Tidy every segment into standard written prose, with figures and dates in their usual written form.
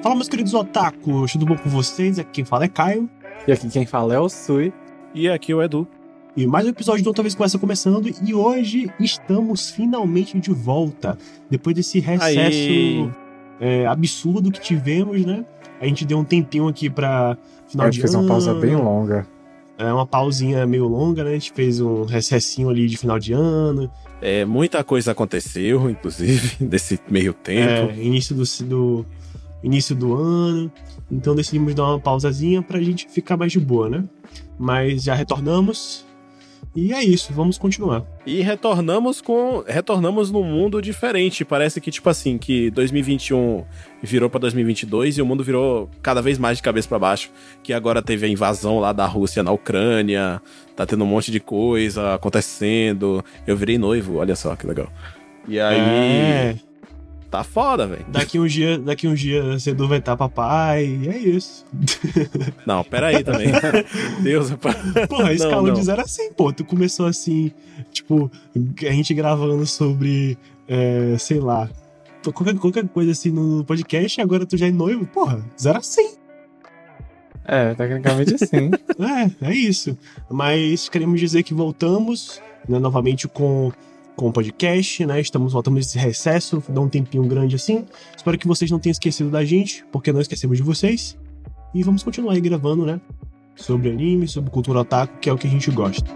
Fala, meus queridos otakus, tudo bom com vocês? Aqui quem fala é Caio. E aqui quem fala é o Sui. E aqui o Edu. E mais um episódio do Outra Vez Começa começando. E hoje estamos finalmente de volta. Depois desse recesso absurdo que tivemos, né? A gente deu um tempinho aqui pra final de ano. A gente fez uma pausa bem longa. É uma pausinha meio longa, né? A gente fez um recessinho ali de final de ano. Muita coisa aconteceu, inclusive, desse meio tempo. Início do ano. Então decidimos dar uma pausazinha pra gente ficar mais de boa, né? Mas já retornamos. E é isso, vamos continuar. E retornamos num mundo diferente. Parece que, tipo assim, que 2021 virou pra 2022 e o mundo virou cada vez mais de cabeça pra baixo. Que agora teve a invasão lá da Rússia na Ucrânia, tá tendo um monte de coisa acontecendo. Eu virei noivo, olha só que legal. E aí... Tá foda, velho. Daqui um dia você vai estar papai, e é isso. Não, pera aí também. Deus, porra, esse calor de 0 a 100, pô. Tu começou assim, tipo, a gente gravando sobre, sei lá, qualquer coisa assim no podcast, e agora tu já é noivo, porra, 0 a 100. Tecnicamente sim. É isso. Mas queremos dizer que voltamos, né, novamente com o podcast, né? Voltamos desse recesso, dá um tempinho grande assim. Espero que vocês não tenham esquecido da gente, porque não esquecemos de vocês. E vamos continuar aí gravando, né? Sobre anime, sobre cultura otaku, que é o que a gente gosta.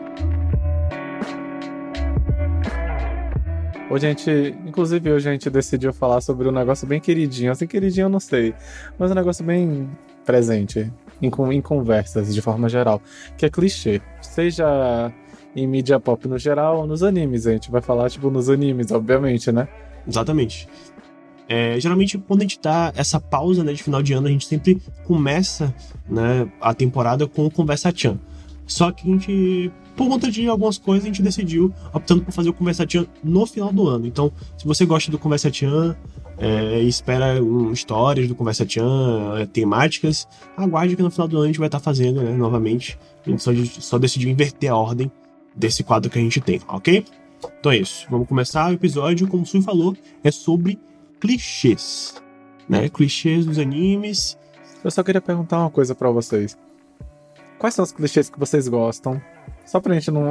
Hoje a gente decidiu falar sobre um negócio bem queridinho. Assim, queridinho eu não sei, mas um negócio bem presente em conversas, de forma geral, que é clichê. Seja em mídia pop no geral ou nos animes. A gente vai falar, tipo, nos animes, obviamente, né? Exatamente. Geralmente, quando a gente dá essa pausa, né, de final de ano, a gente sempre começa, né, a temporada com o Conversa-chan. Só que a gente, por conta de algumas coisas, a gente decidiu optando por fazer o Conversa-chan no final do ano. Então, se você gosta do Conversa-chan e espera histórias do Conversa-chan, temáticas, aguarde que no final do ano a gente vai estar fazendo, né, novamente. A gente só decidiu inverter a ordem desse quadro que a gente tem, ok? Então é isso, vamos começar o episódio. Como o Sui falou, é sobre clichês, né? Clichês dos animes. Eu só queria perguntar uma coisa pra vocês. Quais são os clichês que vocês gostam? Só pra gente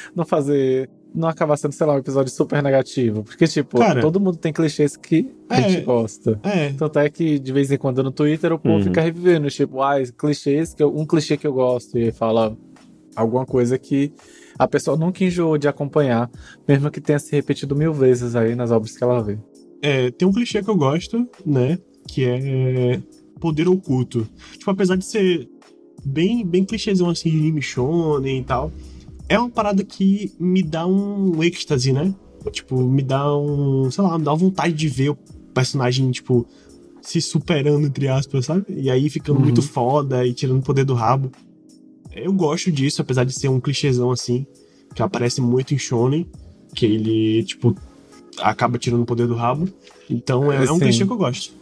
não acabar sendo, sei lá, um episódio super negativo. Porque, tipo, cara, todo mundo tem clichês que a gente gosta. Tanto é que, de vez em quando, no Twitter, o povo fica revivendo, tipo, clichês, um clichê que eu gosto, e fala alguma coisa que a pessoa nunca enjoou de acompanhar, mesmo que tenha se repetido 1000 vezes aí nas obras que ela vê. Tem um clichê que eu gosto, né, que é poder oculto. Tipo, apesar de ser bem clichêzão assim, de anime shonen e tal, é uma parada que me dá um êxtase, né? Tipo, me dá me dá uma vontade de ver o personagem, tipo, se superando, entre aspas, sabe? E aí ficando muito foda e tirando o poder do rabo. Eu gosto disso, apesar de ser um clichêzão assim, que aparece muito em shonen, que ele, tipo, acaba tirando o poder do rabo. Então é um clichê que eu gosto.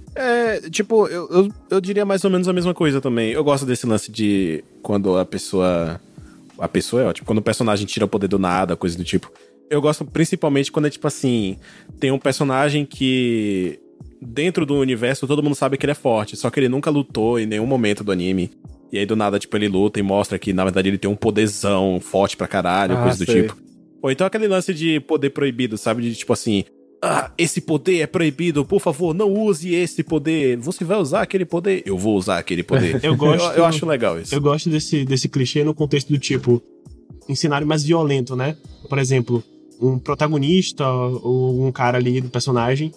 Tipo, eu diria mais ou menos a mesma coisa também. Eu gosto desse lance de quando a pessoa é ótimo, quando o personagem tira o poder do nada, coisa do tipo. Eu gosto principalmente quando é tipo assim, tem um personagem que dentro do universo todo mundo sabe que ele é forte, só que ele nunca lutou em nenhum momento do anime. E aí, do nada, tipo, ele luta e mostra que, na verdade, ele tem um poderzão forte pra caralho, coisa do tipo. Ou então aquele lance de poder proibido, sabe? De, tipo assim, esse poder é proibido, por favor, não use esse poder. Você vai usar aquele poder? Eu vou usar aquele poder. Eu acho legal isso. Eu gosto desse clichê no contexto do tipo, em cenário mais violento, né? Por exemplo, um protagonista ou um cara ali do personagem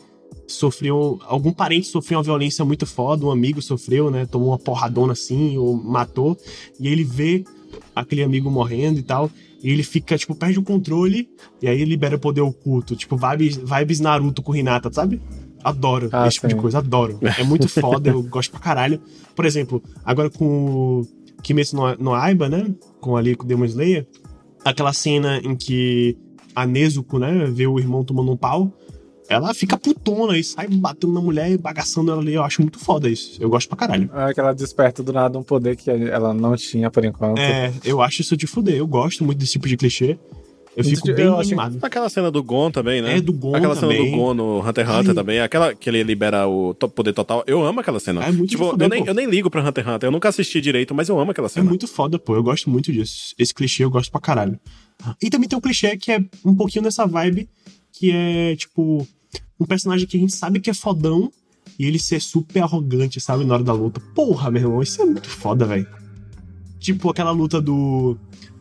algum parente sofreu uma violência muito foda, um amigo sofreu, né, tomou uma porradona assim, ou matou, e ele vê aquele amigo morrendo e tal, e ele fica, tipo, perde o controle, e aí libera o poder oculto, tipo, vibes Naruto com Hinata, sabe? Adoro esse tipo de coisa, adoro. É muito foda, eu gosto pra caralho. Por exemplo, agora com o Kimetsu no Yaiba, né, com o Demon Slayer, aquela cena em que a Nezuko, né, vê o irmão tomando um pau, ela fica putona e sai batendo na mulher e bagaçando ela ali. Eu acho muito foda isso. Eu gosto pra caralho. Que ela desperta do nada um poder que ela não tinha por enquanto. Eu acho isso de fuder. Eu gosto muito desse tipo de clichê. Eu fico bem animado. Aquela cena do Gon também, né? Do Gon aquela também. Cena do Gon no Hunter x Hunter também. Aquela que ele libera o poder total. Eu amo aquela cena. É muito tipo, foda, eu nem ligo pra Hunter x Hunter. Eu nunca assisti direito, mas eu amo aquela cena. É muito foda, pô. Eu gosto muito disso. Esse clichê eu gosto pra caralho. E também tem um clichê que é um pouquinho nessa vibe, que é, tipo, um personagem que a gente sabe que é fodão e ele ser super arrogante, sabe, na hora da luta. Porra, meu irmão, isso é muito foda, velho. Tipo aquela luta do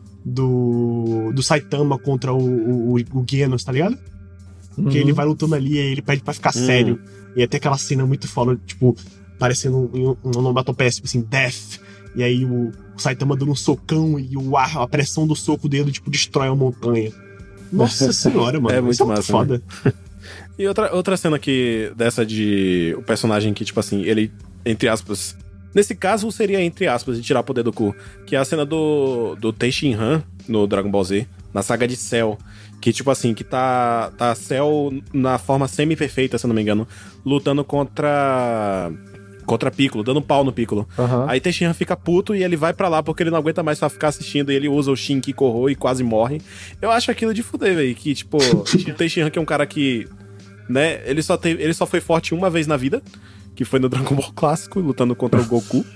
Saitama contra o Genos, tá ligado? Uhum. Que ele vai lutando ali e ele pede pra ficar sério. E até aquela cena muito foda, tipo, parecendo um onomatopeia, tipo assim, death. E aí o Saitama dando um socão e a pressão do soco dele, tipo, destrói a montanha. Nossa senhora, mano. É muito isso massa, muito foda. Né? E outra cena dessa de o personagem que, tipo assim, ele, entre aspas... Nesse caso, seria, entre aspas, de tirar o poder do cu. Que é a cena do Tei Shinhan no Dragon Ball Z, na saga de Cell. Que, tipo assim, que tá Cell na forma semi-perfeita, se eu não me engano, lutando contra Piccolo, dando pau no Piccolo. Uhum. Aí Tenshinhan fica puto e ele vai pra lá porque ele não aguenta mais só ficar assistindo e ele usa o Shin Kikoho e quase morre. Eu acho aquilo de fuder, velho. Que, tipo, o Tenshinhan, que é um cara que, né, ele só foi forte uma vez na vida, que foi no Dragon Ball clássico, lutando contra o Goku.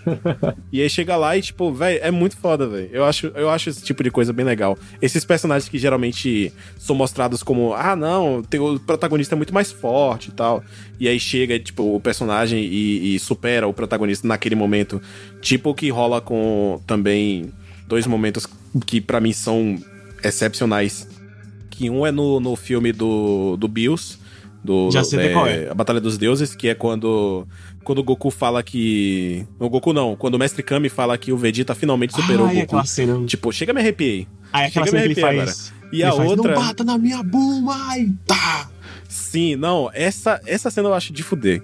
E aí chega lá e, tipo, velho, é muito foda, velho. Eu acho esse tipo de coisa bem legal. Esses personagens que geralmente são mostrados como, não, o protagonista é muito mais forte e tal. E aí chega, tipo, o personagem e supera o protagonista naquele momento. Tipo o que rola com também 2 momentos que pra mim são excepcionais. Que um é no filme do Bills, já sei qual é. A Batalha dos Deuses, que é quando o Goku fala que... O Goku não, quando o Mestre Kami fala que o Vegeta finalmente superou o Goku. Aquela cena. Tipo, chega me arrepiei. Aquela cena que ele faz... Agora. E a outra... Não bata na minha buma! Ai, tá! Sim, não, essa cena eu acho de fuder.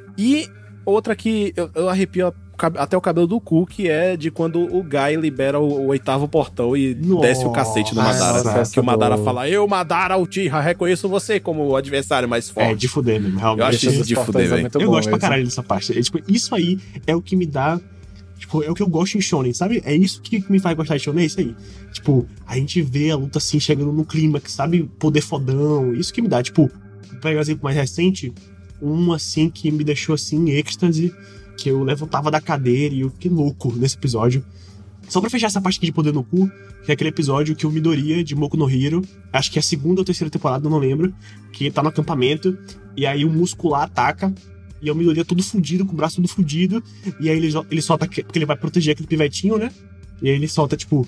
E outra que eu arrepio até o cabelo do cu, que é de quando o Guy libera o 8º portão e desce o cacete no Madara. Que o Madara fala, eu, Madara Uchiha, reconheço você como o adversário mais forte. É, de fuder mesmo, realmente. Eu acho isso de fuder, velho. Eu gosto pra caralho dessa parte. Tipo, isso aí é o que me dá... Tipo, é o que eu gosto em Shonen, sabe? É isso que me faz gostar de Shonen, é isso aí. Tipo, a gente vê a luta assim, chegando no clímax, sabe? Poder fodão, isso que me dá. Tipo, vou pegar um exemplo mais recente, assim que me deixou assim em êxtase, que eu levantava da cadeira e eu fiquei louco nesse episódio. Só pra fechar essa parte aqui de poder no cu, que é aquele episódio que o Midoriya de Boku no Hero, acho que é a 2ª ou 3ª temporada, não lembro, que tá no acampamento, e aí o muscular ataca, e o Midoriya todo fudido, com o braço todo fudido, e aí ele solta, porque ele vai proteger aquele pivetinho, né? E aí ele solta, tipo,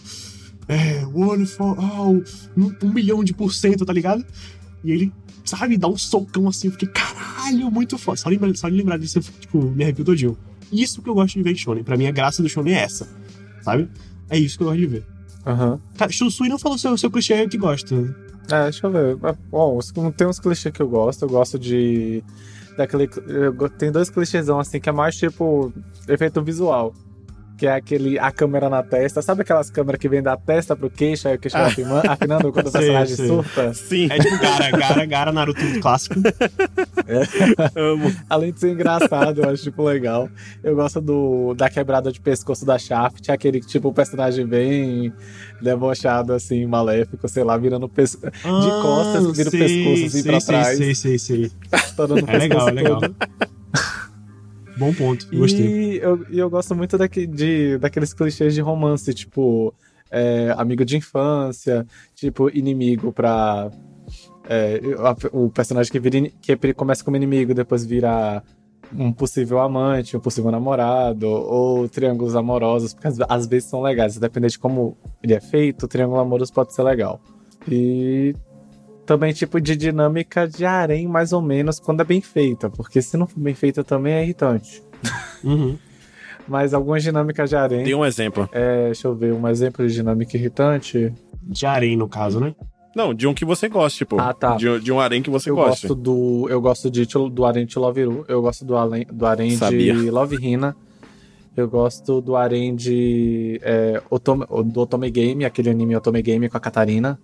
1 milhão de %, tá ligado? E ele, sabe, dá um socão assim, eu fiquei, caralho, muito foda. Só de lembrar disso, eu, tipo, me arrepio todinho. Isso que eu gosto de ver em Shonen. Pra mim, a graça do Shonen é essa, sabe? É isso que eu gosto de ver. Aham. Cara, Shusui não falou seu clichê que gosta. Deixa eu ver. Bom, tem uns clichês que eu gosto de... Tem 2 clichêzão assim, que é mais tipo efeito visual. Que é a câmera na testa. Sabe aquelas câmeras que vem da testa pro queixo, aí o queixo vai afinando quando o personagem surta? Sim. É tipo Gara, Naruto clássico. Amo. Além de ser engraçado, eu acho tipo legal. Eu gosto da quebrada de pescoço da Shaft, aquele tipo personagem bem debochado, assim, maléfico, sei lá, virando de costas, vira o pescoço assim pra trás. Sei. É legal. Bom ponto, gostei. E eu gosto muito daqueles clichês de romance, tipo, amigo de infância, tipo, inimigo pra... o personagem que começa como inimigo, depois vira um possível amante, um possível namorado, ou triângulos amorosos, porque às vezes são legais, dependendo de como ele é feito, o triângulo amoroso pode ser legal. E... também tipo de dinâmica de harém, mais ou menos, quando é bem feita. Porque se não for bem feita também é irritante. Uhum. Mas algumas dinâmicas de harém... Dê um exemplo. Deixa eu ver, um exemplo de dinâmica irritante. De harém, no caso, né? Não, de um que você goste, tipo. Tá. De um harém que você goste. Eu gosto do harém de Love Ru. Eu gosto do harém de Love Hina. Eu gosto do harém de... do Otome Game, aquele anime Otome Game com a Katarina.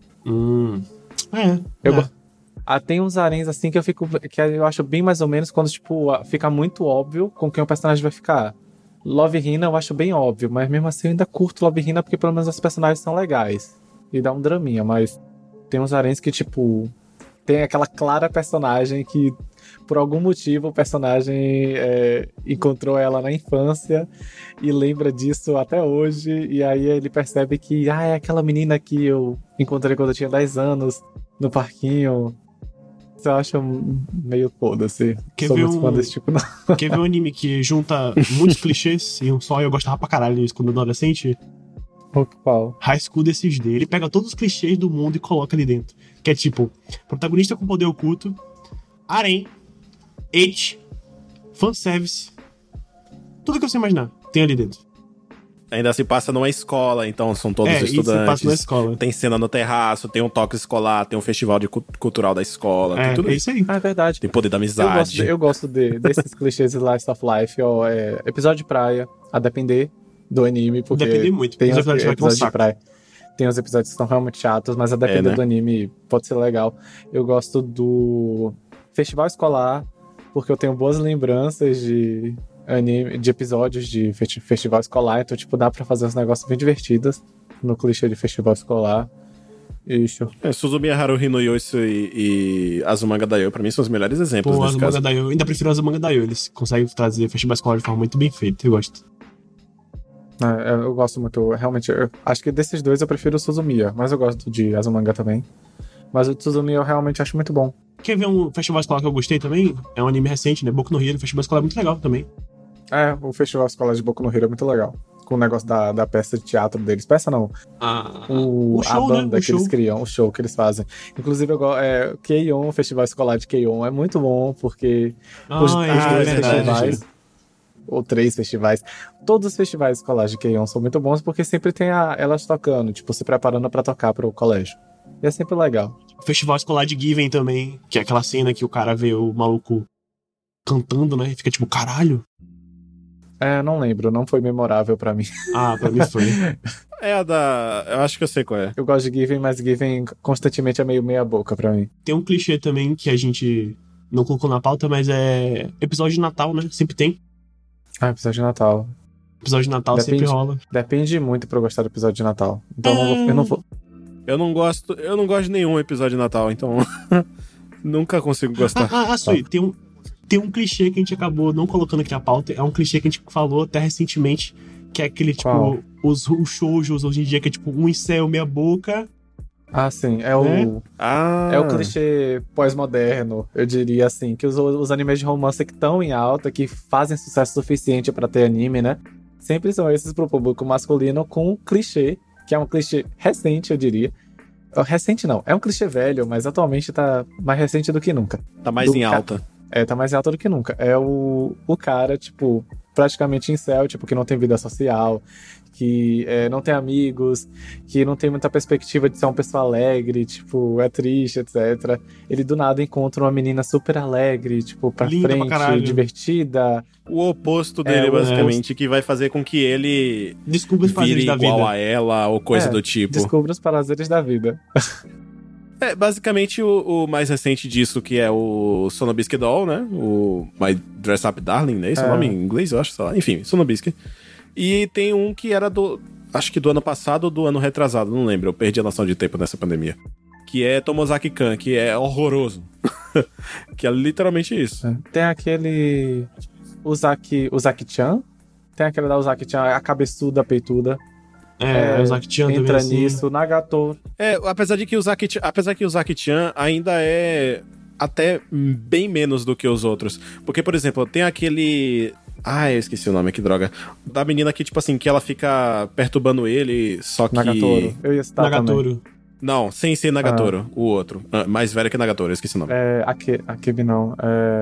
Tem uns haréns assim que eu acho bem mais ou menos quando, tipo, fica muito óbvio com quem o personagem vai ficar. Love Hina eu acho bem óbvio, mas mesmo assim eu ainda curto Love Hina porque pelo menos os personagens são legais. E dá um draminha, mas Tem uns haréns que, tipo, tem aquela clara personagem que, por algum motivo, o personagem encontrou ela na infância e lembra disso até hoje. E aí ele percebe que, é aquela menina que eu encontrei quando eu tinha 10 anos no parquinho. Eu acho meio foda-se. Sou muito fã desse tipo, não. Quer ver um anime que junta muitos clichês e um só? Eu gostava pra caralho disso quando eu era adolescente. Qual? High School DxD. Ele pega todos os clichês do mundo e coloca ali dentro. Que é tipo, protagonista com poder oculto, harém, ecchi, fanservice. Tudo que você imaginar tem ali dentro. Ainda se passa numa escola, então são todos estudantes. Isso se passa na escola. Tem cena no terraço, tem um toque escolar, tem um festival cultural da escola, tem tudo isso aí. É verdade. Tem poder da amizade. Eu gosto desses clichês de Slice of Life, episódio de praia, a depender do anime, porque depende muito. Tem os episódios de praia. Tem os episódios que são realmente chatos, mas a depender do anime pode ser legal. Eu gosto do festival escolar, porque eu tenho boas lembranças de anime, de episódios de festival escolar, então, tipo, dá pra fazer uns negócios bem divertidos no clichê de festival escolar. Isso. Suzumiya Haruhi no Yoiso e Azumanga Daioh, pra mim, são os melhores exemplos desse caso. Azumanga Daioh, eu ainda prefiro Azumanga Daioh, eles conseguem trazer festival escolar de forma muito bem feita, eu gosto. Eu gosto muito, realmente, acho que desses dois eu prefiro o Suzumiya, mas eu gosto de Azumanga também. Mas o de Suzumiya eu realmente acho muito bom. Quer ver um festival escolar que eu gostei também? É um anime recente, né? Boku no Hero, o festival escolar é muito legal também. O festival escolar de Boku no Hero é muito legal. Com o negócio da peça de teatro deles. Peça não. O show, a banda, né? que eles criam, o show que eles fazem. Inclusive, Keion, o festival escolar de Keion, é muito bom, porque os 2 festivais, ou 3 festivais, todos os festivais escolares de Keion são muito bons, porque sempre tem elas tocando, tipo, se preparando pra tocar pro colégio. E é sempre legal. O festival escolar de Given também, que é aquela cena que o cara vê o maluco cantando, né? E fica tipo, caralho. Não lembro, não foi memorável pra mim. Pra mim foi. Eu acho que eu sei qual é. Eu gosto de Given, mas Given constantemente é meio meia boca pra mim. Tem um clichê também que a gente não colocou na pauta, mas é episódio de Natal, né? Sempre tem. Episódio de Natal. Episódio de Natal sempre rola. Depende muito pra eu gostar do episódio de Natal. Então eu não vou. Eu não gosto de nenhum episódio de Natal, então nunca consigo gostar. Sui, tem um clichê que a gente acabou não colocando aqui na pauta. É um clichê que a gente falou até recentemente, que é aquele, tipo, os shoujos hoje em dia, que é tipo um incel, meia boca. Sim, é o clichê pós-moderno, eu diria assim, que os animes de romance que estão em alta, que fazem sucesso suficiente pra ter anime, né? Sempre são esses pro público masculino com clichê, que é um clichê recente, eu diria. Recente não, é um clichê velho, mas atualmente tá mais recente do que nunca. Tá mais em alta. Tá mais em alta do que nunca. É o cara, tipo, praticamente incel, tipo, que não tem vida social, que não tem amigos, que não tem muita perspectiva de ser uma pessoa alegre, tipo, é triste, etc. Ele do nada encontra uma menina super alegre, tipo, pra linda, frente, pra divertida. O oposto dele, basicamente, que vai fazer com que ele descubra os prazeres da vida. Igual a ela, ou coisa do tipo. Descubra os prazeres da vida. Basicamente o mais recente disso, que é o Sonobisque Doll, né? O My Dress Up Darling, né? Esse é o nome em inglês, eu acho, sei lá. Enfim, Sonobisque. E tem um que era acho que do ano passado ou do ano retrasado, não lembro. Eu perdi a noção de tempo nessa pandemia. Que é Tomozaki-kan, que é horroroso. Que é literalmente isso. Tem aquele... O Zaki-chan. Tem aquele da Uzaki-chan, a cabeçuda, peituda. O Zaki-chan entra também, nisso, assim. Nagato. Apesar que o Zaki-chan ainda é até bem menos do que os outros. Porque, por exemplo, tem aquele... eu esqueci o nome, que droga. Da menina que, tipo assim, que ela fica perturbando ele, só que... Nagatoro. Eu ia citar Nagatoro. Também. Não, sem ser Nagatoro, o outro. Mais velho que Nagatoro, eu esqueci o nome. Akebi não.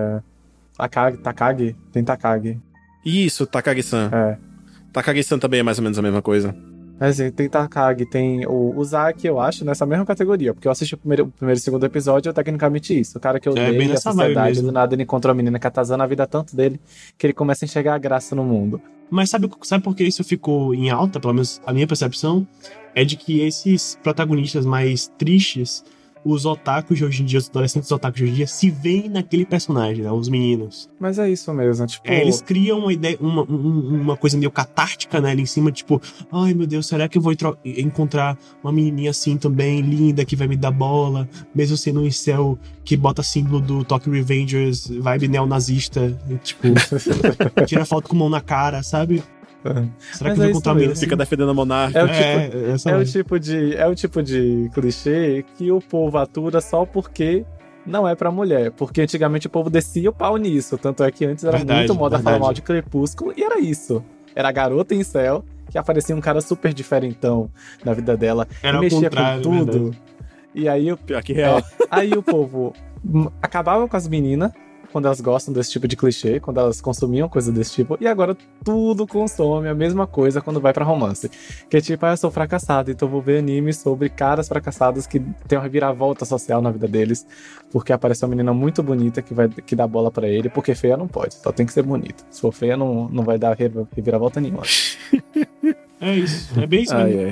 Takagi? Tem Takagi. Isso, Takagi-san. Takagi-san também é mais ou menos a mesma coisa. Assim, tem Takagi, tem o Zaki, eu acho, nessa mesma categoria. Porque eu assisti o primeiro e o segundo episódio, é tecnicamente isso. O cara que odeia a sociedade, do nada ele encontra uma menina que tá atazando a vida tanto dele, que ele começa a enxergar a graça no mundo. Mas sabe por que isso ficou em alta? Pelo menos a minha percepção é de que esses protagonistas mais tristes os otakus de hoje em dia, os adolescentes otakus de hoje em dia, se veem naquele personagem, né? Os meninos. Mas é isso mesmo, tipo... eles criam uma ideia, uma coisa meio catártica, né? Ali em cima, tipo, ai meu Deus, será que eu vou encontrar uma menininha assim também, linda, que vai me dar bola, mesmo sendo um incel que bota símbolo do Tokyo Revengers, vibe neonazista, tipo, tira foto com mão na cara, sabe? Será que eu vou encontrar uma Fica defendendo a monarca. É o tipo de clichê que o povo atura só porque não é pra mulher. Porque antigamente o povo descia o pau nisso. Tanto é que antes era muito moda falar mal de Crepúsculo. E era isso. Era a garota em céu que aparecia um cara super diferentão na vida dela. Era e mexia com tudo. E aí, pior que real. Aí o povo acabava com as meninas quando elas gostam desse tipo de clichê, quando elas consumiam coisa desse tipo, e agora tudo consome a mesma coisa quando vai pra romance. Que é tipo, eu sou fracassado, então vou ver anime sobre caras fracassados que tem uma reviravolta social na vida deles, porque apareceu uma menina muito bonita que dá bola pra ele, porque feia não pode, só tem que ser bonita. Se for feia, não vai dar reviravolta nenhuma. É isso, é bem isso mesmo.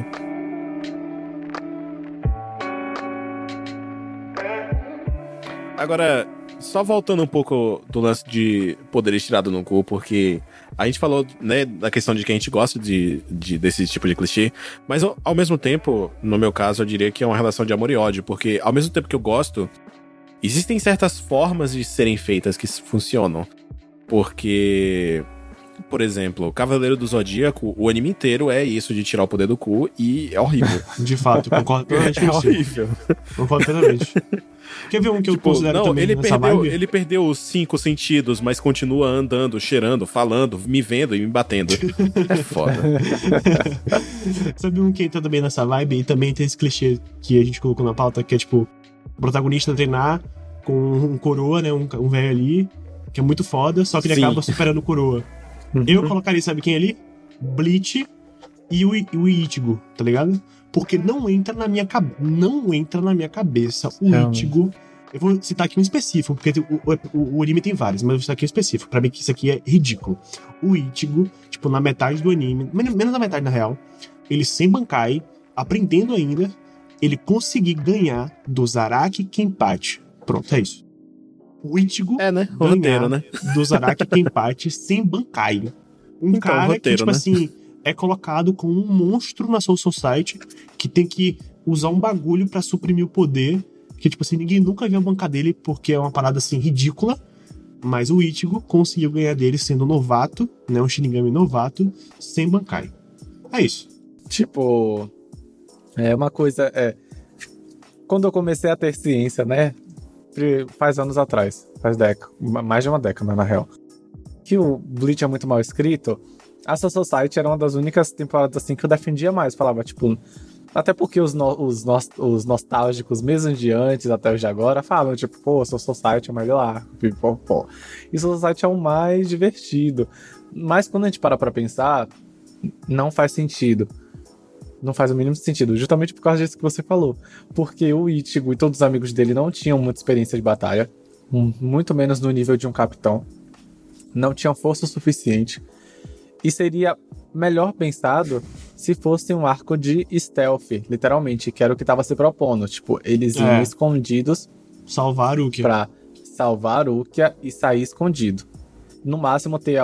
Agora, só voltando um pouco do lance de poderes tirados no cu, porque a gente falou, né, da questão de que a gente gosta desse tipo de clichê, mas ao mesmo tempo, no meu caso, eu diria que é uma relação de amor e ódio, porque ao mesmo tempo que eu gosto, existem certas formas de serem feitas que funcionam. Porque, por exemplo, Cavaleiro do Zodíaco, o anime inteiro é isso de tirar o poder do cu e é horrível. De fato, concordo plenamente com você. É horrível. Concordo plenamente. Quer ver um que eu considero também ele perdeu os 5 sentidos, mas continua andando, cheirando, falando, me vendo e me batendo. É foda. Sabe um que entra também nessa vibe? E também tem esse clichê que a gente colocou na pauta, que é tipo, o protagonista treinar com um coroa, né? Um velho ali, que é muito foda, só que ele acaba superando o coroa. Eu colocaria, sabe quem ali? Bleach e o Ichigo, tá ligado? Porque não entra na minha cabeça o Ichigo. Eu vou citar aqui um específico, porque o anime tem vários, mas eu vou citar aqui um específico. Pra mim que isso aqui é ridículo. O Ichigo, tipo, na metade do anime, menos da metade na real, ele sem Bankai, aprendendo ainda, ele conseguir ganhar do Zaraki Kenpachi. Pronto, é isso. O Ichigo né? O roteiro, né? do Zaraki Kenpachi sem Bankai. Um cara roteiro, que, tipo assim, é colocado como um monstro na Soul Society, que tem que usar um bagulho pra suprimir o poder, que, tipo assim, ninguém nunca viu a banca dele, porque é uma parada, assim, ridícula, mas o Ichigo conseguiu ganhar dele sendo novato, né, um Shinigami novato, sem Bankai. É isso. Tipo, uma coisa, quando eu comecei a ter ciência, né, faz anos atrás, mais de uma década, na real, que o Bleach é muito mal escrito, a Soul Society era uma das únicas temporadas assim que eu defendia mais. Falava, tipo, até porque os nostálgicos, mesmo de antes até os de agora, falam, tipo, pô, Soul Society é o melhor arco, e Soul Society é o mais divertido. Mas quando a gente para pra pensar, não faz sentido. Não faz o mínimo sentido, justamente por causa disso que você falou. Porque o Ichigo e todos os amigos dele não tinham muita experiência de batalha, muito menos no nível de um capitão. Não tinham força o suficiente. E seria melhor pensado se fosse um arco de stealth, literalmente, que era o que tava se propondo. Tipo, eles iam escondidos salvar Rukia. Pra salvar Rukia e sair escondido. No máximo ter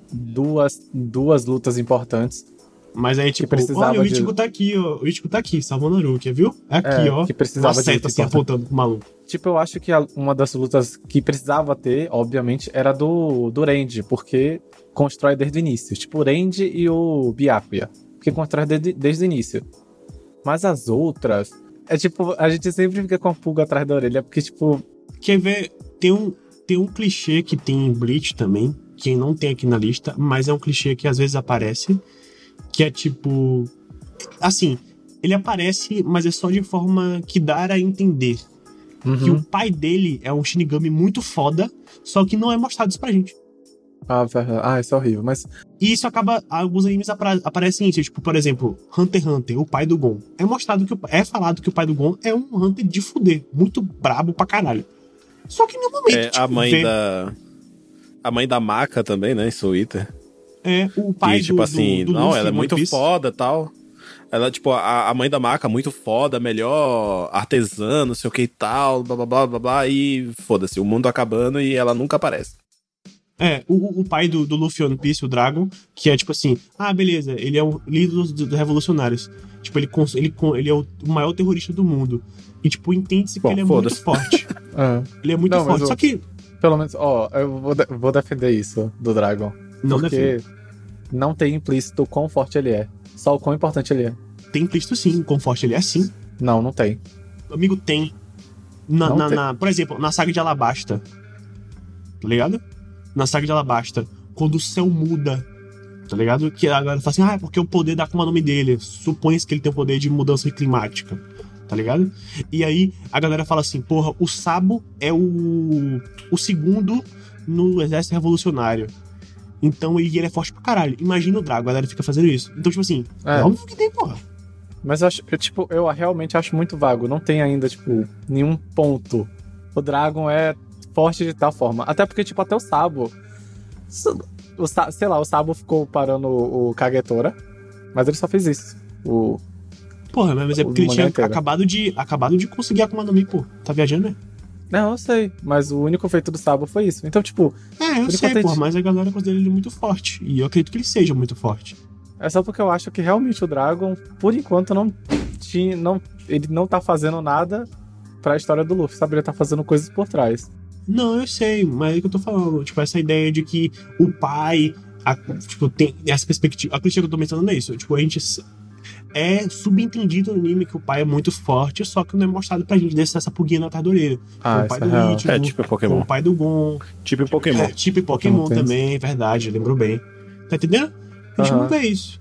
duas lutas importantes. Mas aí, tipo, olha, o Ichigo tá aqui, ó. O Ichigo tá aqui, salvando a Rukia, viu? É aqui, ó. Que precisava uma seta assim, apontando pro maluco. Tipo, eu acho que uma das lutas que precisava ter, obviamente, era do Range, porque constrói desde o início. Tipo, o Range e o Byakuya, porque constrói desde o início. Mas as outras, tipo, a gente sempre fica com a pulga atrás da orelha, porque, tipo... Quer ver? Tem um clichê que tem em Bleach também, que não tem aqui na lista, mas é um clichê que às vezes aparece, que é tipo... Assim, ele aparece, mas é só de forma que dá a entender. Que o pai dele é um Shinigami muito foda, só que não é mostrado isso pra gente. Isso é horrível, mas... E isso acaba... Alguns animes aparecem isso, tipo, por exemplo, Hunter x Hunter, o pai do Gon. É falado que o pai do Gon é um Hunter de fuder, muito brabo pra caralho. Só que no momento, tipo, a mãe da Maka também, né, Soul Eater. O pai que, tipo assim, do não, Luffy, ela é muito foda e tal. Ela, tipo, a mãe da Maka, muito foda, melhor artesã, não sei o que e tal, blá blá blá blá blá, e foda-se, o mundo acabando e ela nunca aparece. O pai do Luffy One Piece, o Dragon, que é tipo assim, beleza, ele é o líder dos revolucionários. Tipo, ele é o maior terrorista do mundo. E, tipo, entende-se que ele é muito forte. Ele é muito forte, só que... Pelo menos, eu vou defender isso do Dragon. Não porque não tem implícito o quão forte ele é. Só o quão importante ele é. Tem implícito sim, o quão forte ele é sim. Não tem. Amigo, tem. Por exemplo, na saga de Alabasta. Tá ligado? Na saga de Alabasta, quando o céu muda, tá ligado? Que a galera fala assim, é porque o poder dá como o nome dele. Supõe-se que ele tem o poder de mudança climática, tá ligado? E aí a galera fala assim, porra, o Sabo é o segundo no exército revolucionário. Então ele é forte pra caralho. Imagina o Drago, a galera fica fazendo isso. Então, tipo assim, é óbvio que tem, porra. Mas eu realmente acho muito vago. Não tem ainda, tipo, nenhum ponto. O Dragon é forte de tal forma. Até porque, tipo, até o Sabo... Sei lá, o Sabo ficou parando o Kagetora, mas ele só fez isso. Porra, mas é porque ele tinha acabado de conseguir a Akuma no Mi, pô. Tá viajando, né? Não, eu sei, mas o único feito do Sabo foi isso. Então, tipo... eu sei, pô, mas a galera considera ele muito forte. E eu acredito que ele seja muito forte. É só porque eu acho que realmente o Dragon, por enquanto, ele não tá fazendo nada pra história do Luffy, sabe? Ele tá fazendo coisas por trás. Não, eu sei, mas é o que eu tô falando. Tipo, essa ideia de que o pai... tipo, tem essa perspectiva... A clichê que eu tô mencionando é isso. Tipo, a gente... É subentendido no anime que o pai é muito forte, só que não é mostrado pra gente dessa pulguinha na atrás da orelha. O pai do Ichigo, tipo Pokémon. O pai do Gon. Tipo Pokémon. Tipo Pokémon também, verdade, lembrou bem. Tá entendendo? A gente não vê isso.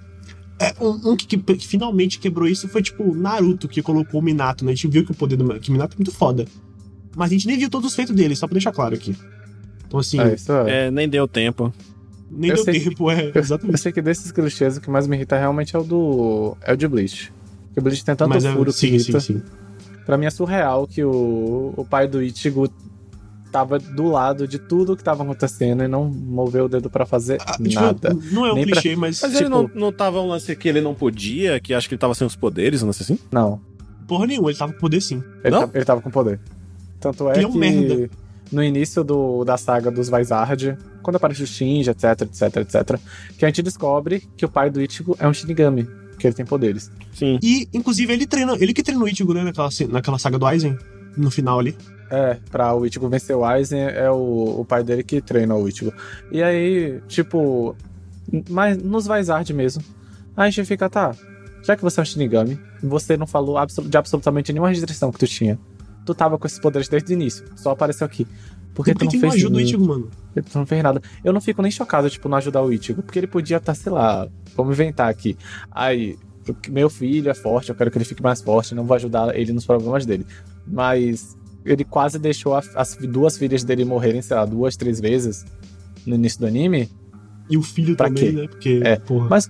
Que finalmente quebrou isso foi tipo Naruto, que colocou o Minato, né? A gente viu que o poder do Minato é muito foda. Mas a gente nem viu todos os feitos dele, só pra deixar claro aqui. Então assim... nem deu tempo. Nem deu tempo, exatamente. Eu sei que desses clichês o que mais me irrita realmente é o de Bleach. Porque o Bleach tem tanto furo que irrita. Sim. Pra mim é surreal que o pai do Ichigo tava do lado de tudo que tava acontecendo e não moveu o dedo pra fazer nada. Não é um clichê, mas... Mas tipo, ele não tava um lance que ele não podia, que acho que ele tava sem os poderes, um lance assim? Não. Porra nenhuma, ele tava com poder sim. Ele tava com poder. Tanto é que merda. No início da saga dos Vizard, quando aparece o Shinji, etc, que a gente descobre que o pai do Ichigo é um Shinigami, que ele tem poderes. Sim. E, inclusive, ele que treina o Ichigo, né, naquela saga do Aizen, no final ali. Pra o Ichigo vencer o Aizen, é o pai dele que treina o Ichigo. E aí, tipo, mas nos Vizard mesmo, a gente fica, já que você é um Shinigami, você não falou de absolutamente nenhuma restrição que tu tinha. Tu tava com esses poderes desde o início, só apareceu aqui. Porque tu não fez ajuda o Ichigo, mano. Tu não fez nada. Eu não fico nem chocado, tipo, não ajudar o Ichigo, porque ele podia estar, sei lá, vamos inventar aqui. Aí, meu filho é forte, eu quero que ele fique mais forte, não vou ajudar ele nos problemas dele. Mas ele quase deixou as duas filhas dele morrerem, sei lá, 2, 3 vezes no início do anime. E o filho pra também, quê? Né? Porque, porra. Mas,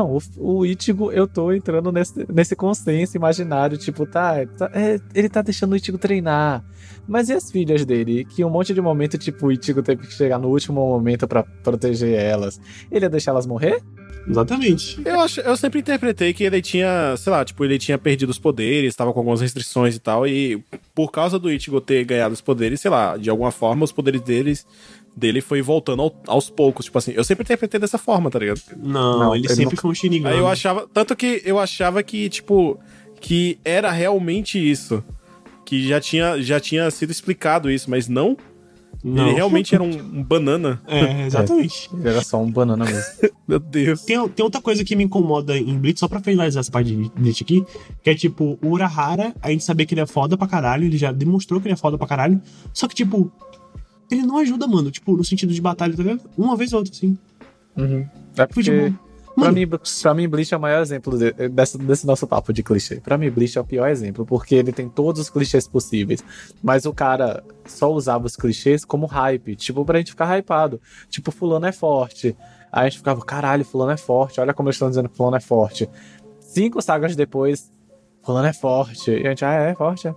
o Ichigo, eu tô entrando nesse consenso imaginário, tipo, ele tá deixando o Ichigo treinar. Mas e as filhas dele? Que um monte de momento, tipo, o Ichigo teve que chegar no último momento pra proteger elas. Ele ia deixar elas morrer? Exatamente. Eu sempre interpretei que ele tinha, sei lá, tipo, ele tinha perdido os poderes, tava com algumas restrições e tal, e por causa do Ichigo ter ganhado os poderes, sei lá, de alguma forma os poderes dele foi voltando aos poucos, tipo assim, eu sempre interpretei dessa forma, tá ligado? Não, ele sempre foi um Shinigami. Aí eu achava, tanto que eu achava que, tipo, que era realmente isso, que já tinha sido explicado isso, mas não. Ele realmente era um banana. Exatamente. Ele era só um banana mesmo. Meu Deus. Tem outra coisa que me incomoda em Bleach, só pra finalizar essa parte de Bleach aqui, que é tipo, o Urahara, a gente sabia que ele é foda pra caralho, ele já demonstrou que ele é foda pra caralho, só que tipo, ele não ajuda, mano, tipo, no sentido de batalha, tá ligado? Uma vez ou outra, assim. Uhum. É porque... Tipo, pra mim, Bleach é o maior exemplo desse nosso papo de clichê. Pra mim, Bleach é o pior exemplo, porque ele tem todos os clichês possíveis, mas o cara só usava os clichês como hype, tipo, pra gente ficar hypado. Tipo, fulano é forte. Aí a gente ficava, caralho, fulano é forte, olha como eles estão dizendo que fulano é forte. 5 sagas depois, fulano é forte. E a gente, é forte,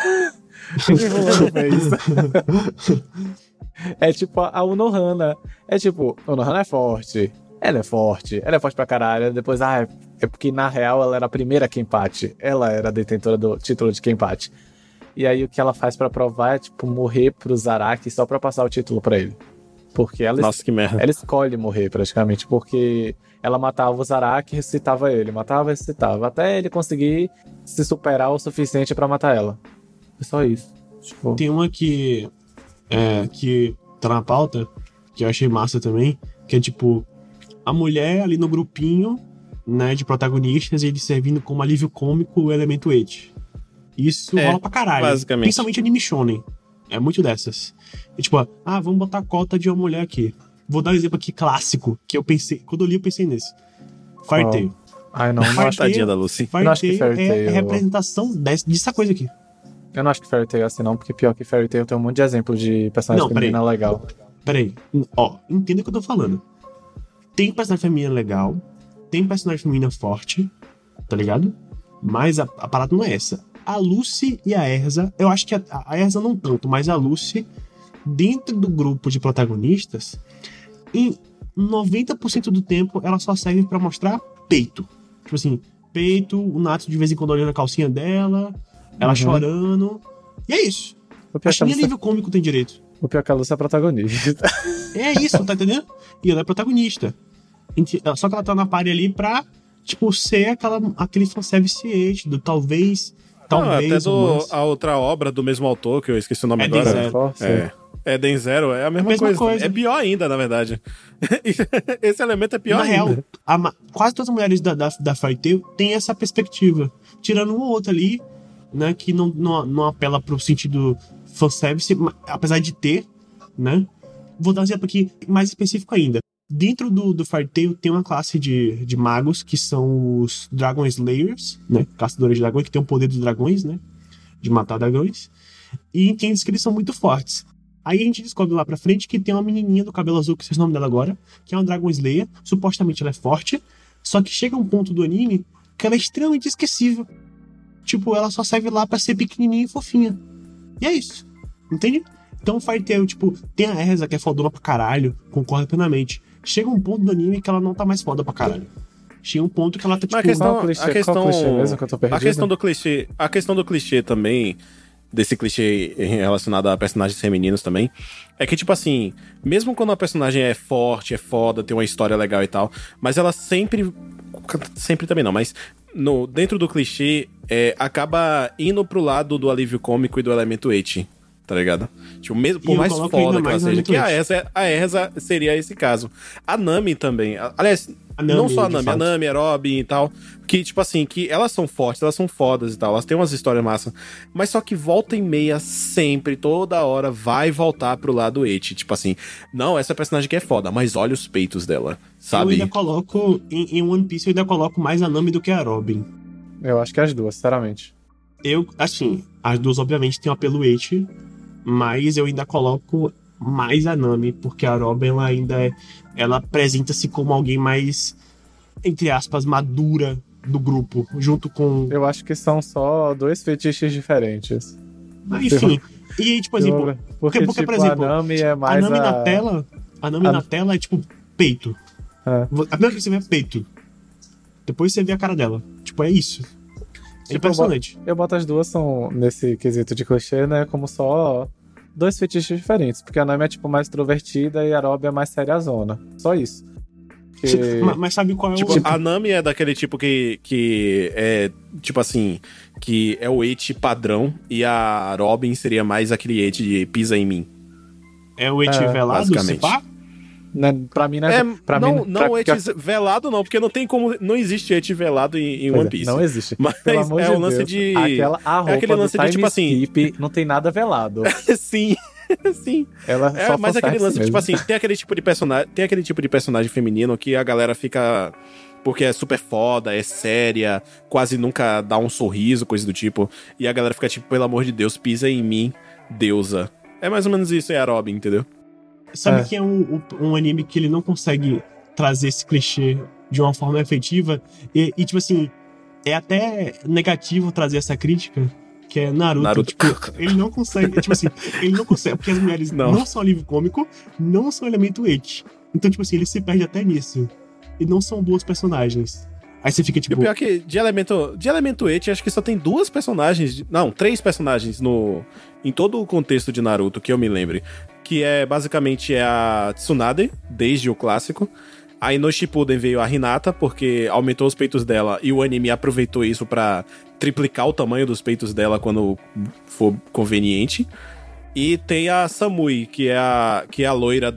que fulano fez? É tipo a Unohana. É tipo, Unohana é forte. Ela é forte pra caralho. Depois, É porque, na real, ela era a primeira Kenpachi. Ela era a detentora do título de Kenpachi. E aí, o que ela faz pra provar é, tipo, morrer pro Zaraki só pra passar o título pra ele. Porque ela, Nossa, que merda. Ela escolhe morrer, praticamente, porque ela matava o Zaraki e ressuscitava ele. Matava e ressuscitava. Até ele conseguir se superar o suficiente pra matar ela. É só isso. Tipo... Tem uma que tá na pauta, que eu achei massa também, que é, tipo, a mulher ali no grupinho, né, de protagonistas, e ele servindo como alívio cômico o elemento eti. Isso rola pra caralho. Basicamente. Principalmente anime shonen. É muito dessas. E, tipo, vamos botar a cota de uma mulher aqui. Vou dar um exemplo aqui clássico, que eu pensei... Quando eu li, eu pensei nesse. Fairy Tail. Ai, não acho tadinha da Lucy. Fairy Tail é a representação dessa coisa aqui. Eu não acho que Fairy Tail é assim, não, porque pior que Fairy Tail tem um monte de exemplos de personagem feminina legal. Peraí. Ó, entenda o que eu tô falando. Tem personagem feminina legal, tem personagem feminina forte, tá ligado? Mas a parada não é essa. A Lucy e a Erza, eu acho que a Erza não tanto, mas a Lucy, dentro do grupo de protagonistas, em 90% do tempo, ela só serve pra mostrar peito. Tipo assim, peito, o Natsu de vez em quando olhando a calcinha dela, ela chorando. E é isso. Acho que nem nível cômico tem direito. O pior que a Lucy é protagonista. É isso, tá entendendo? E ela é protagonista. Só que ela tá na party ali pra, tipo, ser aquele fanservice do talvez... até a outra obra do mesmo autor, que eu esqueci o nome agora. Eden Zero é a mesma coisa. É pior ainda, na verdade. Esse elemento é pior ainda. Na real, quase todas as mulheres da Fairy Tail têm essa perspectiva. Tirando um ou outro ali, né, que não apela pro sentido fanservice, apesar de ter, né. Vou dar um exemplo aqui mais específico ainda. Dentro do Fairy Tail tem uma classe de magos, que são os Dragon Slayers, né? Caçadores de dragões, que tem o poder dos dragões, né? De matar dragões. E entende que eles são muito fortes. Aí a gente descobre lá pra frente que tem uma menininha do cabelo azul, que eu sei o nome dela agora, que é uma Dragon Slayer. Supostamente ela é forte, só que chega um ponto do anime que ela é extremamente esquecível. Tipo, ela só serve lá pra ser pequenininha e fofinha. E é isso. Entende? Então o Fairy Tail, tipo, tem a Erza, que é fodona pra caralho, concordo plenamente. Chega um ponto do anime que ela não tá mais foda pra caralho. Chega um ponto que ela tá, tipo... A questão do clichê também, desse clichê relacionado a personagens femininos também, é que, tipo assim, mesmo quando a personagem é forte, é foda, tem uma história legal e tal, mas ela sempre também não, mas dentro do clichê, acaba indo pro lado do alívio cômico e do elemento eti. Tá ligado? Tipo, mesmo por mais foda que ela seja, que a Erza seria esse caso. A Nami também. Aliás, não só a Nami, a Nami, a Robin e tal. Que, tipo assim, que elas são fortes, elas são fodas e tal. Elas têm umas histórias massas. Mas só que volta e meia, sempre, toda hora, vai voltar pro lado eti. Tipo assim, não, essa personagem aqui é foda, mas olha os peitos dela, sabe? Eu ainda coloco, em One Piece, eu ainda coloco mais a Nami do que a Robin. Eu acho que as duas, sinceramente. Assim, as duas, obviamente, têm um apelo eti. Mas eu ainda coloco mais a Nami, porque a Robin ela apresenta-se como alguém mais, entre aspas, madura do grupo, junto com... Eu acho que são só dois fetiches diferentes. Enfim, e aí, tipo, exemplo... Porque tipo, por exemplo, a Nami é mais a Nami na tela é, tipo, peito. A primeira coisa que você vê é peito. Depois você vê a cara dela. Tipo, é isso. É impressionante. Eu boto as duas são nesse quesito de clichê, né? Como só dois fetiches diferentes. Porque a Nami é tipo mais extrovertida e a Robin é mais seriazona. Só isso. Mas sabe qual é tipo, a Nami é daquele tipo que é, tipo assim, que é o eti padrão. E a Robin seria mais aquele eti de pisa em mim. É o eti velado, se pá? Pra mim, não eti velado não, porque não tem como, não existe eti velado em One Piece. Não existe. Mas é o lance de... aquele lance de, tipo assim... Skip, não tem nada velado. Sim. Sim. Ela só mas aquele lance, mesmo. tipo assim, tem aquele tipo de personagem feminino que a galera fica... Porque é super foda, é séria, quase nunca dá um sorriso, coisa do tipo. E a galera fica tipo, pelo amor de Deus, pisa em mim, deusa. É mais ou menos isso, é a Robin, entendeu? Sabe que é um anime que ele não consegue trazer esse clichê de uma forma efetiva e tipo assim, é até negativo trazer essa crítica, que é Naruto. Tipo, ele não consegue, tipo assim, ele não consegue, porque as mulheres não são alívio cômico, não são elemento eti. Então, tipo assim, ele se perde até nisso. E não são boas personagens. Aí você fica tipo... E o pior é que de elemento eti, acho que só tem 2 personagens... Não, 3 personagens em todo o contexto de Naruto, que eu me lembre. Que basicamente a Tsunade, desde o clássico. Aí no Shippuden veio a Hinata, porque aumentou os peitos dela e o anime aproveitou isso pra triplicar o tamanho dos peitos dela quando for conveniente. E tem a Samui, que é a loira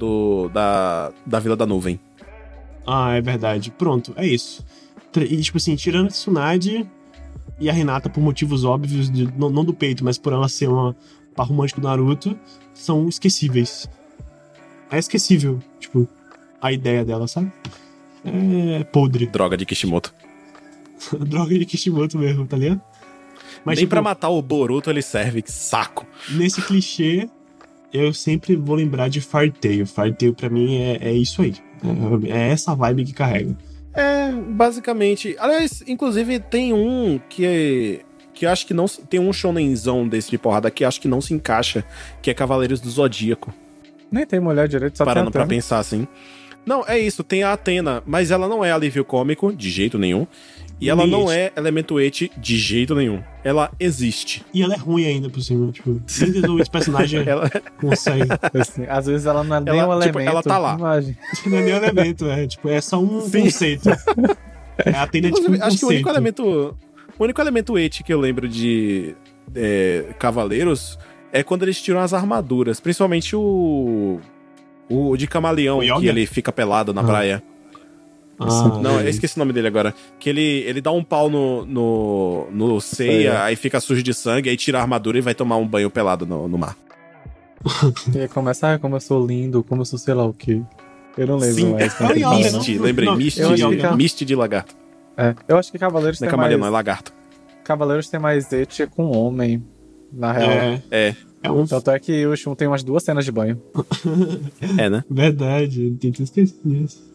da Vila da Nuvem. Ah, é verdade. Pronto, é isso. E tipo assim, tirando a Tsunade e a Hinata por motivos óbvios, não do peito, mas por ela ser uma par romântico do Naruto, são esquecíveis. É esquecível, tipo... a ideia dela, sabe? É podre. Droga de Kishimoto. Droga de Kishimoto mesmo, tá ligado? Mas, nem tipo, pra matar o Boruto ele serve, que saco. Nesse clichê, eu sempre vou lembrar de Fairy Tail. Fairy Tail pra mim é isso aí. É essa vibe que carrega. Basicamente. Aliás, inclusive tem um que eu acho que não... Tem um shonenzão desse de porrada que acho que não se encaixa, que é Cavaleiros do Zodíaco. Nem tem mulher direito, só parando tem pra pensar assim. Não, é isso, tem a Athena, mas ela não é alívio cômico, de jeito nenhum. E ela não é elemento eti, de jeito nenhum. Ela existe. E ela é ruim ainda, por cima. Tipo, nem desenvolver esse personagem consegue. Assim, às vezes ela não é nem um elemento. Ela tá lá. Imagem. Não é nem um elemento, tipo, é só um conceito. A Athena é tipo um acho conceito. Que o único elemento eti que eu lembro de Cavaleiros é quando eles tiram as armaduras. Principalmente o de Camaleão, que ele fica pelado na praia. Não, eu esqueci o nome dele agora. Que ele dá um pau no Seiya, aí fica sujo de sangue, aí tira a armadura e vai tomar um banho pelado no mar. E aí começa, como eu sou lindo, como eu sou sei lá o que. Eu não lembro mais. Misty, lembrei. Misty de lagarto. Eu acho que Cavaleiros tem mais... Não é Camaleão, não é lagarto. Cavaleiros tem mais eti com homem, na real. Tanto é que o Shun tem umas 2 cenas de banho. Né? Verdade, eu tentei esquecer disso.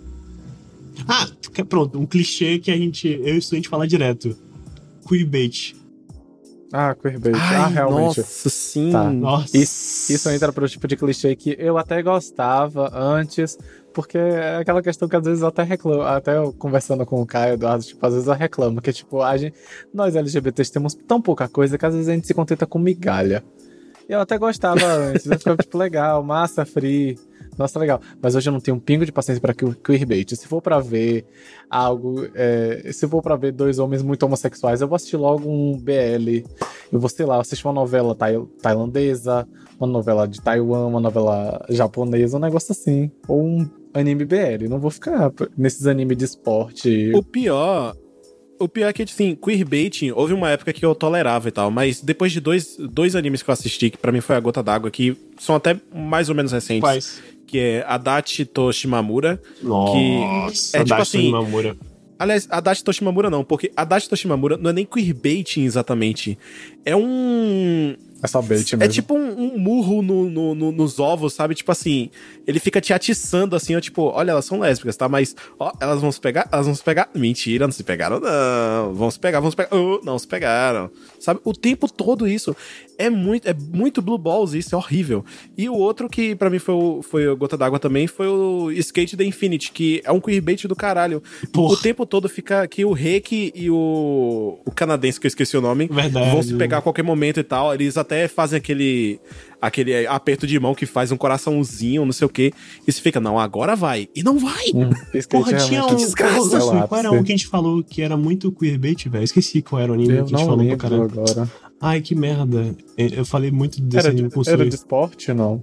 Pronto, um clichê que eu e o estudante fala direto. Queerbait. Queerbait. Realmente. Nossa, sim. Tá. Nossa. Isso entra pro tipo de clichê que eu até gostava antes, porque é aquela questão que às vezes eu até reclamo, até eu conversando com o Caio, Eduardo, tipo, às vezes eu reclamo, que tipo, nós LGBTs temos tão pouca coisa que às vezes a gente se contenta com migalha. E eu até gostava antes, eu ficava tipo, legal, massa, free, nossa, legal. Mas hoje eu não tenho um pingo de paciência pra queerbait. Se for pra ver algo, se for pra ver 2 homens muito homossexuais, eu vou assistir logo um BL. Eu vou, sei lá, assistir uma novela tailandesa, uma novela de Taiwan, uma novela japonesa, um negócio assim. Ou um anime BL. Não vou ficar nesses animes de esporte. O pior é que, assim, queerbaiting, houve uma época que eu tolerava e tal, mas depois de dois animes que eu assisti, que pra mim foi a gota d'água, que são até mais ou menos recentes. Quais? Que é Adachi Toshimamura. Nossa, que tipo assim... Toshimamura. Aliás, Adachi Toshimamura não, porque Adachi Toshimamura não é nem queerbaiting exatamente. É um... É só bait mesmo. É tipo um murro nos ovos, sabe? Tipo assim, ele fica te atiçando assim, ó, tipo, olha, elas são lésbicas, tá? Mas, ó, elas vão se pegar? Elas vão se pegar? Mentira, não se pegaram, não. Vão se pegar. Não se pegaram. Sabe? O tempo todo isso. É muito Blue Balls isso, é horrível. E o outro que pra mim foi a gota d'água também foi o Skate the Infinity, que é um queerbait do caralho. Porra. O tempo todo fica que o Reiki e o canadense, que eu esqueci o nome, vão se pegar a qualquer momento e tal. Eles até fazem aquele aperto de mão que faz um coraçãozinho, não sei o quê. E você fica, não, agora vai. E não vai. Porra, tinha um... Qual era um que a gente falou que era muito queerbait, velho? Esqueci qual era o anime que a gente falou pra caralho. Agora. Ai, que merda. Eu falei muito desse anime com o Era de esporte, não?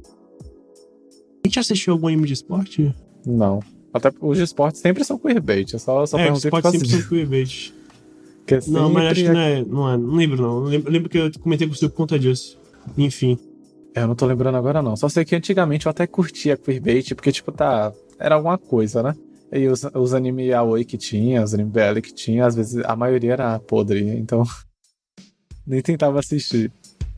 A gente assistiu algum anime de esporte? Não. Até os de esporte sempre são queerbait. Eu só perguntei os de esporte sempre são queerbait. Não, mas acho que não é. Não lembro, não. Eu lembro que eu comentei com você por conta disso. Enfim. Eu não tô lembrando agora, não. Só sei que antigamente eu até curtia queerbait, porque, tipo, era alguma coisa, né? E os anime yaoi que tinha, os anime BL que tinha, às vezes a maioria era podre, então... Nem tentava assistir.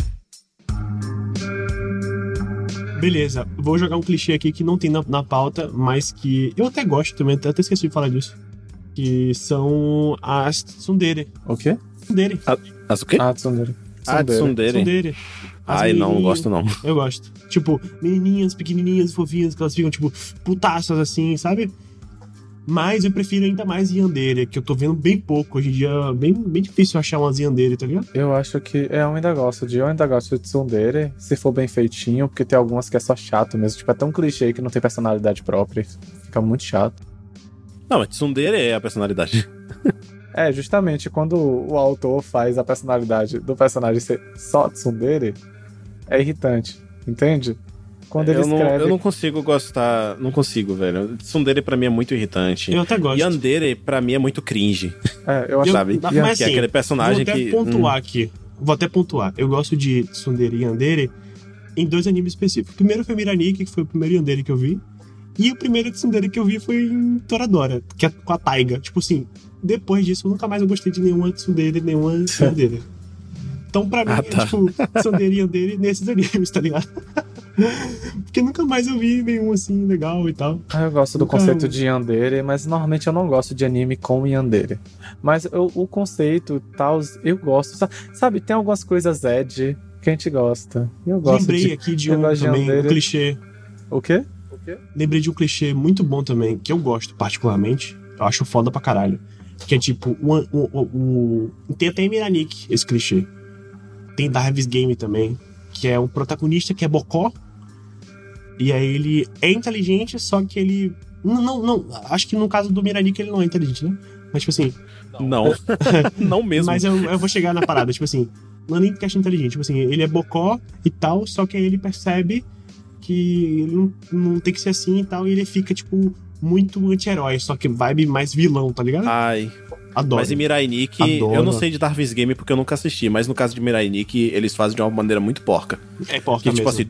Beleza, vou jogar um clichê aqui que não tem na pauta, mas que eu até gosto também, até esqueci de falar disso. Que são as tsundere. O quê? Tsundere. As o quê? Tsundere. Tsundere. Ai, não gosto não. Eu gosto. Tipo, menininhas pequenininhas, fofinhas, que elas ficam, tipo, putaças assim, sabe? Mas eu prefiro ainda mais Yandere, que eu tô vendo bem pouco. Hoje em dia é bem difícil achar umas Yandere, tá ligado? Eu acho que eu ainda gosto de tsundere, se for bem feitinho, porque tem algumas que é só chato mesmo. Tipo, é tão clichê que não tem personalidade própria. Fica muito chato. Não, mas tsundere é a personalidade. Justamente quando o autor faz a personalidade do personagem ser só tsundere, é irritante, entende? Quando ele escreve... Eu não consigo gostar... Não consigo, velho. Tsundere pra mim é muito irritante. Eu até gosto. Yandere pra mim é muito cringe. Eu acho... Sabe? Mas, que assim, é aquele personagem vou até pontuar aqui. Vou até pontuar. Eu gosto de tsundere e Yandere em 2 animes específicos. O primeiro foi Miraniki, que foi o primeiro Yandere que eu vi. E o primeiro tsundere que eu vi foi em Toradora, que é com a Taiga. Tipo assim, depois disso eu nunca mais gostei de nenhuma tsundere, nenhuma Yandere. Então pra mim, tipo, tsundere e Yandere nesses animes, tá ligado? Porque nunca mais eu vi nenhum assim legal e tal. Eu gosto do conceito de Yandere, mas normalmente eu não gosto de anime com Yandere. Mas o conceito tal, eu gosto. Sabe, tem algumas coisas Ed que a gente gosta. Eu gosto. Lembrei aqui de um também, um clichê. O quê? Lembrei de um clichê muito bom também, que eu gosto particularmente. Eu acho foda pra caralho. Que é tipo, tem até em Miraniki esse clichê. Tem Darvis Game também, que é um protagonista que é bocó. E aí ele é inteligente, só que ele... Não, acho que no caso do Miraniki ele não é inteligente, né? Mas tipo assim... Não, não mesmo. Mas eu vou chegar na parada, tipo assim... Não é nem questão inteligente, tipo assim, ele é bocó e tal, só que aí ele percebe que ele não tem que ser assim e tal, e ele fica, tipo, muito anti-herói, só que vibe mais vilão, tá ligado? Ai... Adoro. Mas em Mirai Nikki, eu não sei de Darvis Game porque eu nunca assisti, mas no caso de Mirai Nikki, eles fazem de uma maneira muito porca. É porca que, mesmo. Tipo assim,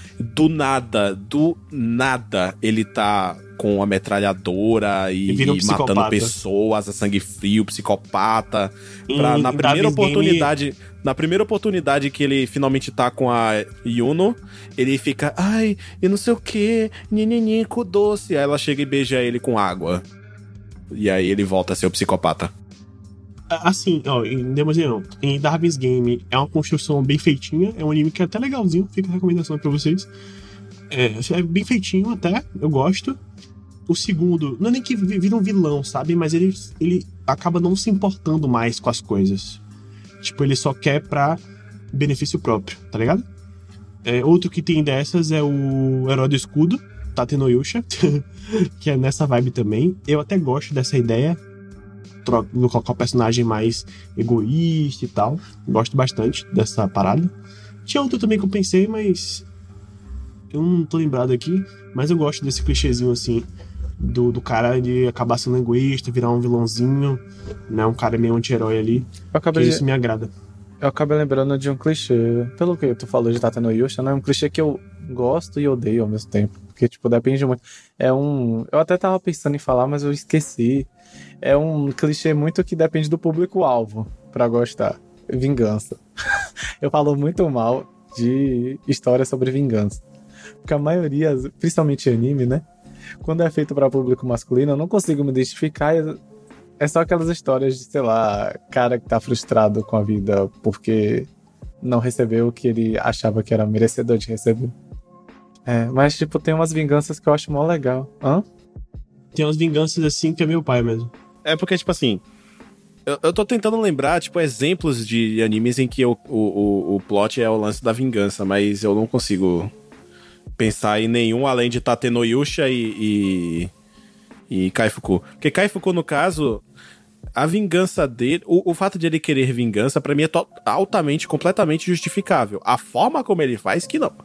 do nada, ele tá com a metralhadora e matando pessoas a sangue frio, psicopata. Na primeira oportunidade que ele finalmente tá com a Yuno, ele fica, ai, e não sei o que, com doce. Aí ela chega e beija ele com água. E aí ele volta a ser o psicopata. Assim, ó, em Darwin's Game é uma construção bem feitinha, é um anime que é até legalzinho, fica a recomendação pra vocês. É bem feitinho até, eu gosto. O segundo, não é nem que vira um vilão, sabe? Mas ele acaba não se importando mais com as coisas. Tipo, ele só quer pra benefício próprio, tá ligado? Outro que tem dessas é o Herói do Escudo, Tate no Yusha, que é nessa vibe também. Eu até gosto dessa ideia de colocar o personagem mais egoísta e tal. Gosto bastante dessa parada. Tinha outro também que eu pensei, mas eu não tô lembrado aqui. Mas eu gosto desse clichêzinho assim do cara de acabar sendo egoísta, virar um vilãozinho, né? Um cara meio anti-herói ali. Isso me agrada. Eu acabei lembrando de um clichê. Pelo que tu falou de Tate no Yusha, né? É um clichê que eu gosto e odeio ao mesmo tempo. Porque, tipo, depende muito. Eu até tava pensando em falar, mas eu esqueci. É um clichê muito que depende do público-alvo pra gostar. Vingança. Eu falo muito mal de histórias sobre vingança. Porque a maioria, principalmente anime, né? Quando é feito pra público masculino, eu não consigo me identificar. É só aquelas histórias de, sei lá, cara que tá frustrado com a vida porque não recebeu o que ele achava que era merecedor de receber. Mas, tipo, tem umas vinganças que eu acho mó legal. Hã? Tem umas vinganças assim que é meu pai mesmo. É porque, tipo assim, eu tô tentando lembrar, tipo, exemplos de animes em que o plot é o lance da vingança, mas eu não consigo pensar em nenhum além de Tate no Yusha e Kaifuku. Porque Kaifuku, no caso, a vingança dele, o fato de ele querer vingança, pra mim é altamente, completamente justificável. A forma como ele faz, que não.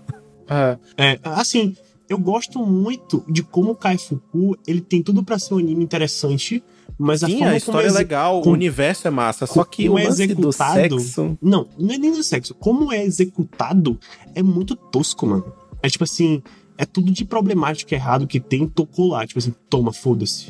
Assim, eu gosto muito de como o Kaifuku, ele tem tudo pra ser um anime interessante, mas sim, a história é legal, o universo é massa, só que o lance do sexo... Não é nem do sexo. Como é executado, é muito tosco, mano. É tipo assim, é tudo de problemático errado que tem, tocou lá. Tipo assim, toma, foda-se.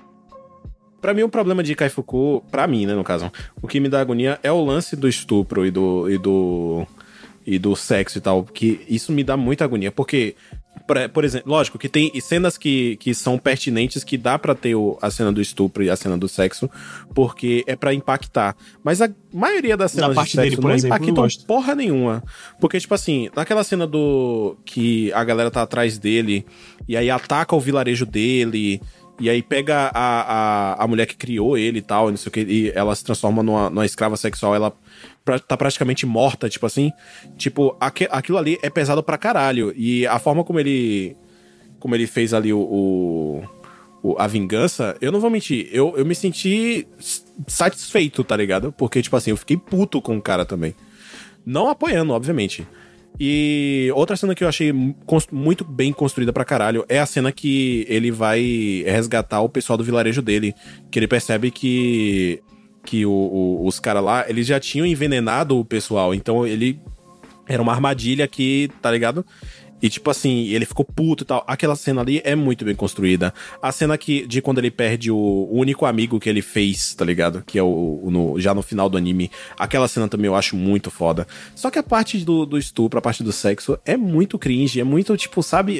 Pra mim, o problema de Kaifuku, pra mim, né, no caso, o que me dá agonia é o lance do estupro e do sexo e tal, porque isso me dá muita agonia, porque, por exemplo, lógico que tem cenas que são pertinentes, que dá pra ter a cena do estupro e a cena do sexo, porque é pra impactar, mas a maioria das cenas de sexo não impactam porra nenhuma, porque, tipo assim, naquela cena que a galera tá atrás dele, e aí ataca o vilarejo dele, E aí pega a mulher que criou ele e tal, não sei o que, e ela se transforma numa escrava sexual, ela tá praticamente morta, tipo assim. Tipo, aquilo ali é pesado pra caralho. E a forma como ele fez ali a vingança, eu não vou mentir, eu me senti satisfeito, tá ligado? Porque, tipo assim, eu fiquei puto com o cara também. Não apoiando, obviamente. E outra cena que eu achei muito bem construída pra caralho é a cena que ele vai resgatar o pessoal do vilarejo dele. Que ele percebe que os caras lá, eles já tinham envenenado o pessoal. Então ele era uma armadilha que, tá ligado? E tipo assim, ele ficou puto e tal. Aquela cena ali é muito bem construída. A cena de quando ele perde o único amigo que ele fez, tá ligado? Que é já no final do anime. Aquela cena também eu acho muito foda. Só que a parte do estupro, a parte do sexo, é muito cringe. É muito, tipo, sabe...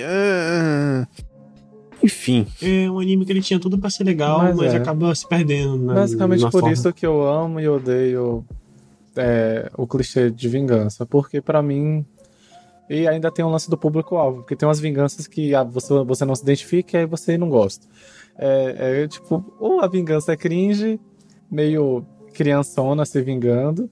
Enfim. É um anime que ele tinha tudo pra ser legal, mas acaba se perdendo. Basicamente por forma. isso que eu amo e odeio o clichê de vingança. Porque pra mim... E ainda tem um lance do público-alvo, porque tem umas vinganças que você não se identifica e aí você não gosta. Tipo, ou a vingança é cringe, meio criançona se vingando,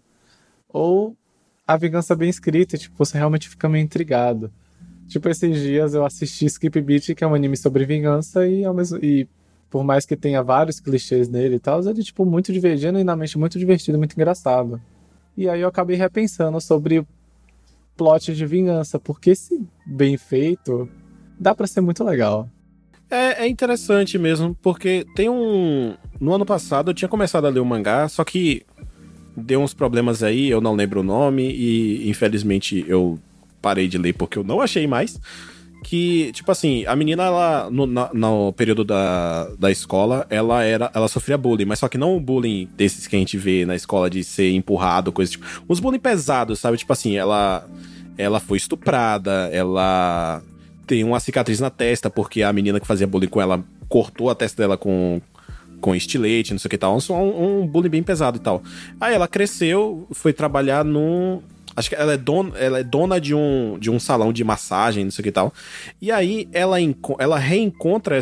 ou a vingança é bem escrita, tipo, você realmente fica meio intrigado. Tipo, esses dias eu assisti Skip Beat, que é um anime sobre vingança, e por mais que tenha vários clichês nele e tal, ele, tipo, genuinamente muito divertido, muito engraçado. E aí eu acabei repensando sobre plot de vingança, porque se bem feito, dá pra ser muito legal. É interessante mesmo, porque no ano passado eu tinha começado a ler o mangá, só que deu uns problemas aí, eu não lembro o nome, e infelizmente eu parei de ler porque eu não achei mais. Que, tipo assim, a menina, ela, no período da escola, ela sofria bullying, mas só que não o bullying desses que a gente vê na escola de ser empurrado, coisa tipo. Uns bullying pesados, sabe? Tipo assim, ela foi estuprada, ela tem uma cicatriz na testa, porque a menina que fazia bullying com ela cortou a testa dela com estilete, não sei o que tal. Um bullying bem pesado e tal. Aí ela cresceu, foi trabalhar acho que ela é dona de um salão de massagem, não sei o que e tal. E aí ela reencontra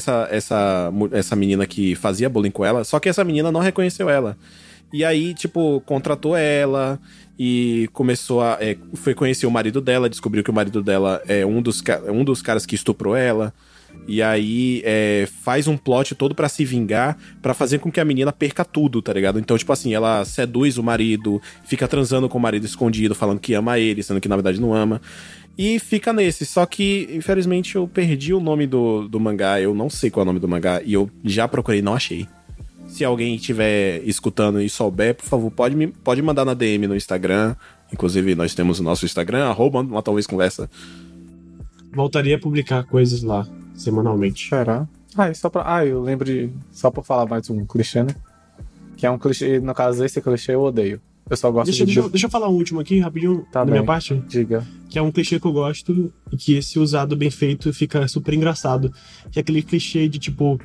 essa menina que fazia bullying com ela, só que essa menina não reconheceu ela. E aí, tipo, contratou ela e começou foi conhecer o marido dela, descobriu que o marido dela é um dos caras que estuprou ela. E aí faz um plot todo pra se vingar, pra fazer com que a menina perca tudo, tá ligado? Então, tipo assim, ela seduz o marido, fica transando com o marido escondido, falando que ama ele, sendo que na verdade não ama. E fica nesse. Só que, infelizmente, eu perdi o nome do mangá, eu não sei qual é o nome do mangá, e eu já procurei e não achei. Se alguém estiver escutando e souber, por favor, pode mandar na DM no Instagram. Inclusive, nós temos o nosso Instagram, @talvezconversa. Voltaria a publicar coisas lá semanalmente. Será? Eu lembro de... Só pra falar mais um clichê, né? Que é um clichê, no caso, esse clichê eu odeio. Eu só gosto Deixa eu falar um último aqui, rapidinho, da minha parte. Diga. Que é um clichê que eu gosto e que, se usado bem feito, fica super engraçado. Que é aquele clichê de, tipo,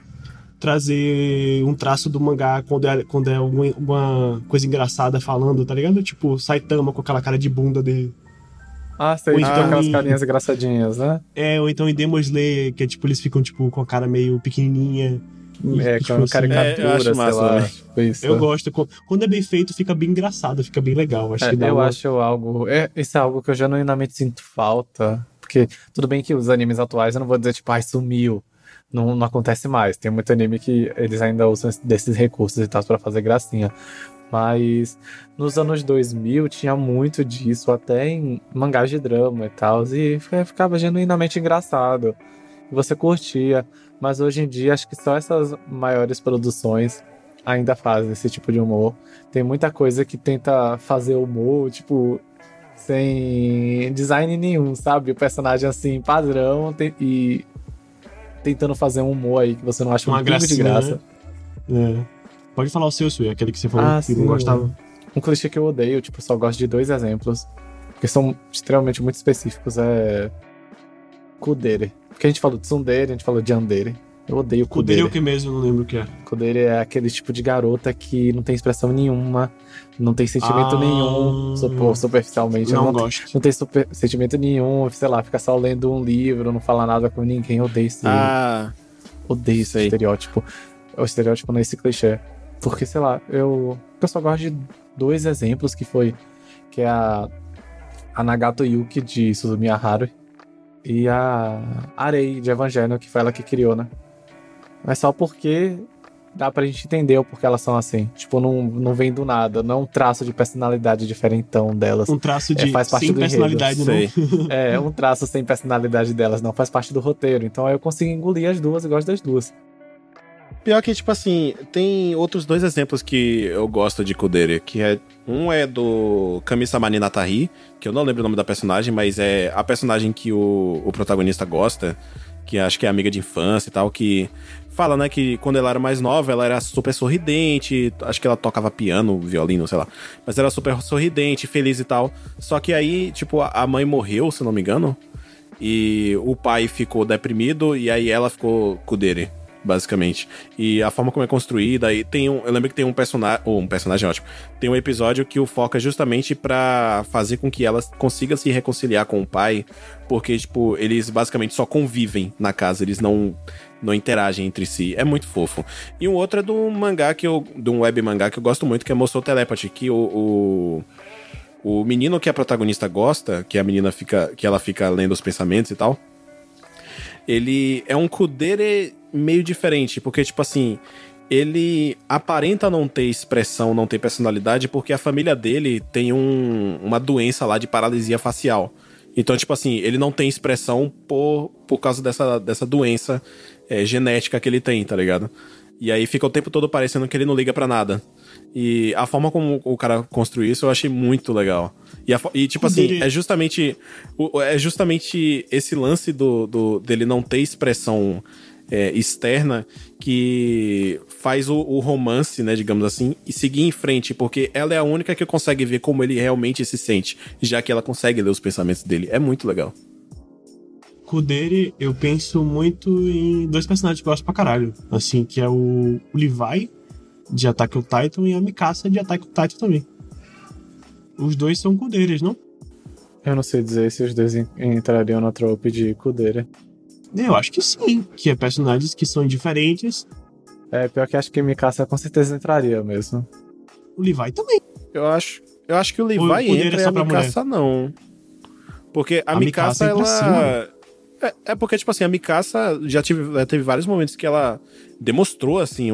trazer um traço do mangá quando é alguma coisa engraçada falando, tá ligado? Tipo, Saitama com aquela cara de bunda dele. Sei, então aquelas carinhas engraçadinhas, né? Ou então em Demon Slayer, que é tipo, eles ficam tipo com a cara meio pequenininha. Com caricatura, eu acho massa, sei lá. né? Tipo isso. Eu gosto. Quando é bem feito, fica bem engraçado, fica bem legal. Acho algo... Isso é algo que eu genuinamente sinto falta. Porque tudo bem que os animes atuais, eu não vou dizer tipo, sumiu. Não acontece mais. Tem muito anime que eles ainda usam desses recursos e tal pra fazer gracinha. Mas nos anos 2000 tinha muito disso, até em mangás de drama e tal, e ficava genuinamente engraçado. E você curtia. Mas hoje em dia, acho que só essas maiores produções ainda fazem esse tipo de humor. Tem muita coisa que tenta fazer humor, tipo, sem design nenhum, sabe? O personagem assim, padrão, e tentando fazer um humor aí que você não acha uma pingo de graça. Né? Pode falar o seu, Sui, aquele que você falou que não gostava. Um clichê que eu odeio, tipo, só gosto de 2 exemplos, porque são extremamente muito específicos, é Kudere. Porque a gente falou de Tsundere, a gente falou de Yandere. Eu odeio Kudere. Kudere é o que mesmo? Eu não lembro o que é. Kudere é aquele tipo de garota que não tem expressão nenhuma, não tem sentimento nenhum, superficialmente. Não gosto. Não tem sentimento nenhum, sei lá, fica só lendo um livro, não fala nada com ninguém, eu odeio isso. Odeio esse estereótipo. O estereótipo não é esse clichê. Porque, sei lá, eu só gosto de 2 exemplos, que é a Nagato Yuki, de Suzumiya Haruhi, e a Arei, de Evangelion, que foi ela que criou, né? Mas só porque dá pra gente entender o porquê elas são assim. Tipo, não vem do nada. Não é um traço de personalidade diferentão delas. Um traço de faz parte sem do personalidade, não. É, um traço sem personalidade delas. Não faz parte do roteiro. Então aí eu consigo engolir as duas e gosto das duas. Pior que, tipo assim, tem outros 2 exemplos que eu gosto de Kudere, que um é do Kami-sama Natari, que eu não lembro o nome da personagem, mas é a personagem que o protagonista gosta, que acho que é amiga de infância e tal, que fala, né, que quando ela era mais nova, ela era super sorridente, acho que ela tocava piano, violino, sei lá, mas era super sorridente, feliz e tal. Só que aí, tipo, a mãe morreu, se não me engano, e o pai ficou deprimido, e aí ela ficou Kudere, basicamente. E a forma como é construída, e eu lembro que tem um personagem ótimo, tem um episódio que o foca justamente pra fazer com que ela consiga se reconciliar com o pai, porque, tipo, eles basicamente só convivem na casa, eles não interagem entre si. É muito fofo. E um outro é do mangá de um web mangá que eu gosto muito, que é Musou Telepathy, que o menino que a protagonista gosta, que a menina que ela fica lendo os pensamentos e tal, ele é um kudere meio diferente, porque, tipo assim, ele aparenta não ter expressão, não ter personalidade, porque a família dele tem uma doença lá de paralisia facial. Então, tipo assim, ele não tem expressão por causa dessa doença genética que ele tem, tá ligado? E aí fica o tempo todo parecendo que ele não liga pra nada. E a forma como o cara construiu isso eu achei muito legal. E tipo assim, é justamente esse lance dele não ter expressão externa que faz o romance, né, digamos assim, e seguir em frente, porque ela é a única que consegue ver como ele realmente se sente, já que ela consegue ler os pensamentos dele. É muito legal. Kudere, eu penso muito em 2 personagens que eu gosto pra caralho, assim, que é o Levi, de Attack on Titan, e a Mikasa, de Attack on Titan também. Os 2 são Kuderes, não? Eu não sei dizer se os 2 entrariam na trope de Kudere. Eu acho que sim, que é personagens que são diferentes. Pior que acho que Mikasa com certeza entraria mesmo. O Levi também. Eu acho que o Levi entra e a Mikasa não. Porque a Mikasa ela... porque, tipo assim, a Mikasa já teve vários momentos que ela demonstrou, assim,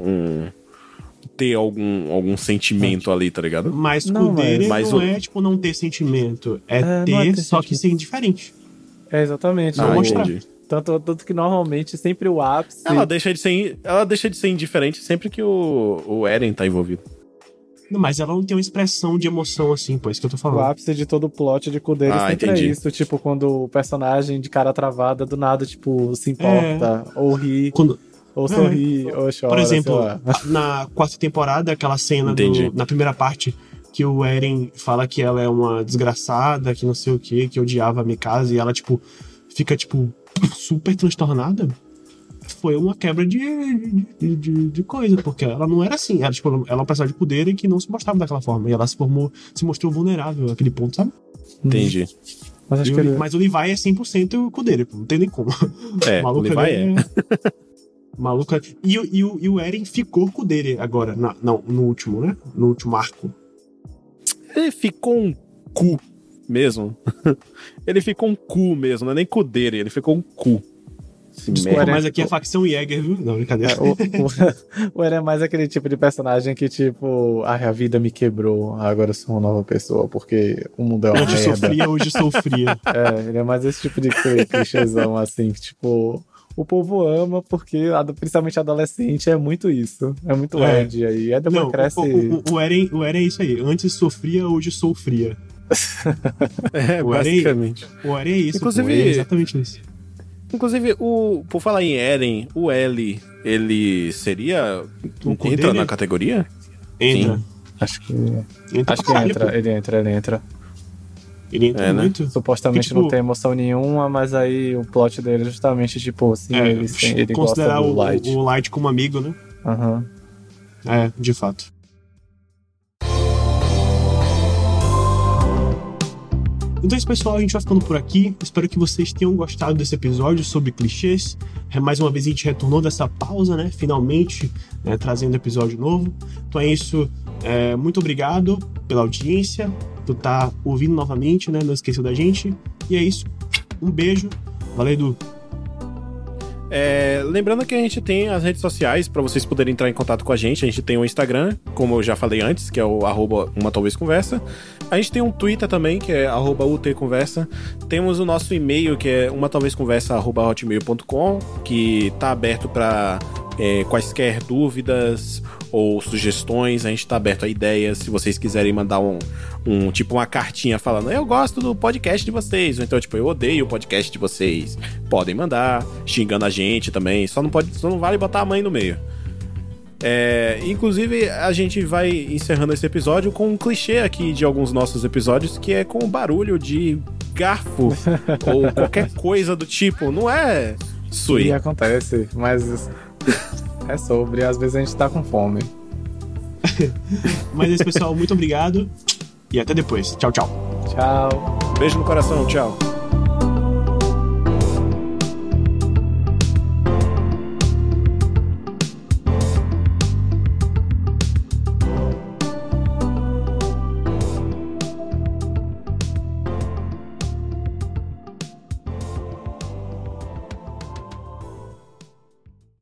ter algum sentimento ali, tá ligado? Mas Kudere não é, tipo, não ter sentimento. É ter, só que ser indiferente. É, exatamente. Não mostrar. Tanto que normalmente sempre o ápice... Ela deixa de ser indiferente sempre que o Eren tá envolvido. Não, mas ela não tem uma expressão de emoção assim, pô, é isso que eu tô falando. O ápice de todo o plot de Kudere sempre é isso. Tipo, quando o personagem de cara travada do nada, tipo, se importa, ou ri, ou sorri, ou chora. Por exemplo, na 4ª temporada, aquela cena na primeira parte, que o Eren fala que ela é uma desgraçada, que não sei o quê, que odiava a Mikasa, e ela, tipo, fica, tipo, super transtornada. Foi uma quebra de coisa, porque ela não era assim. Ela, tipo, ela é uma personagem de poder e que não se mostrava daquela forma. E ela se mostrou vulnerável naquele ponto, sabe? Entendi. Mas o Levi é 100% Kudere, pô, não tem nem como. O Levi Maluca. E o Eren ficou Kudere agora, no último, né? No último arco. Ele ficou um cu mesmo. Ele ficou um cu mesmo, não é nem Kudere, ele ficou um cu. Desculpa, mas aqui é a facção Jäger, viu? Não, brincadeira. O Eren é mais aquele tipo de personagem que, tipo, a vida me quebrou, agora eu sou uma nova pessoa, porque o mundo é uma merda. Sofria, hoje sofria. Ele é mais esse tipo de clichêzão, assim, que, tipo, o povo ama porque, principalmente adolescente, é muito isso. É muito Ed aí. Aí depois cresce... O Eren é isso aí. Antes sofria, hoje sofria. Basicamente. O Eren é isso. Inclusive, é exatamente isso. Inclusive, por falar em Eren, o L, ele seria... entra na categoria? Entra. Sim. Acho que entra. Ele entra. Ele entra muito. Né? Supostamente não tem emoção nenhuma, mas aí o plot dele é justamente, tipo, assim, ele considerar gosta do Light. O Light como amigo, né? Aham. De fato. Então é isso, pessoal, a gente vai ficando por aqui. Espero que vocês tenham gostado desse episódio sobre clichês. Mais uma vez a gente retornou dessa pausa, né? Finalmente, né? Trazendo episódio novo. Então é isso. Muito obrigado pela audiência, por estar ouvindo novamente, né? Não esqueceu da gente. E é isso. Um beijo. Valeu, Edu. Lembrando que a gente tem as redes sociais para vocês poderem entrar em contato com a gente. A gente tem o Instagram, como eu já falei antes, que é o @umatalvezconversa. A gente tem um Twitter também, que é @utconversa. Temos o nosso e-mail, que é umatalvezconversa@hotmail.com, que tá aberto para quaisquer dúvidas ou sugestões. A gente tá aberto a ideias. Se vocês quiserem mandar tipo uma cartinha falando eu gosto do podcast de vocês, ou então tipo eu odeio o podcast de vocês, podem mandar, xingando a gente também. Só não vale botar a mãe no meio. Inclusive a gente vai encerrando esse episódio com um clichê aqui de alguns nossos episódios, que é com o barulho de garfo ou qualquer coisa do tipo. Não é, Sui? E acontece, mas é sobre, às vezes a gente tá com fome. Mas é isso, pessoal, muito obrigado e até depois. Tchau, tchau. Tchau. Beijo no coração, tchau.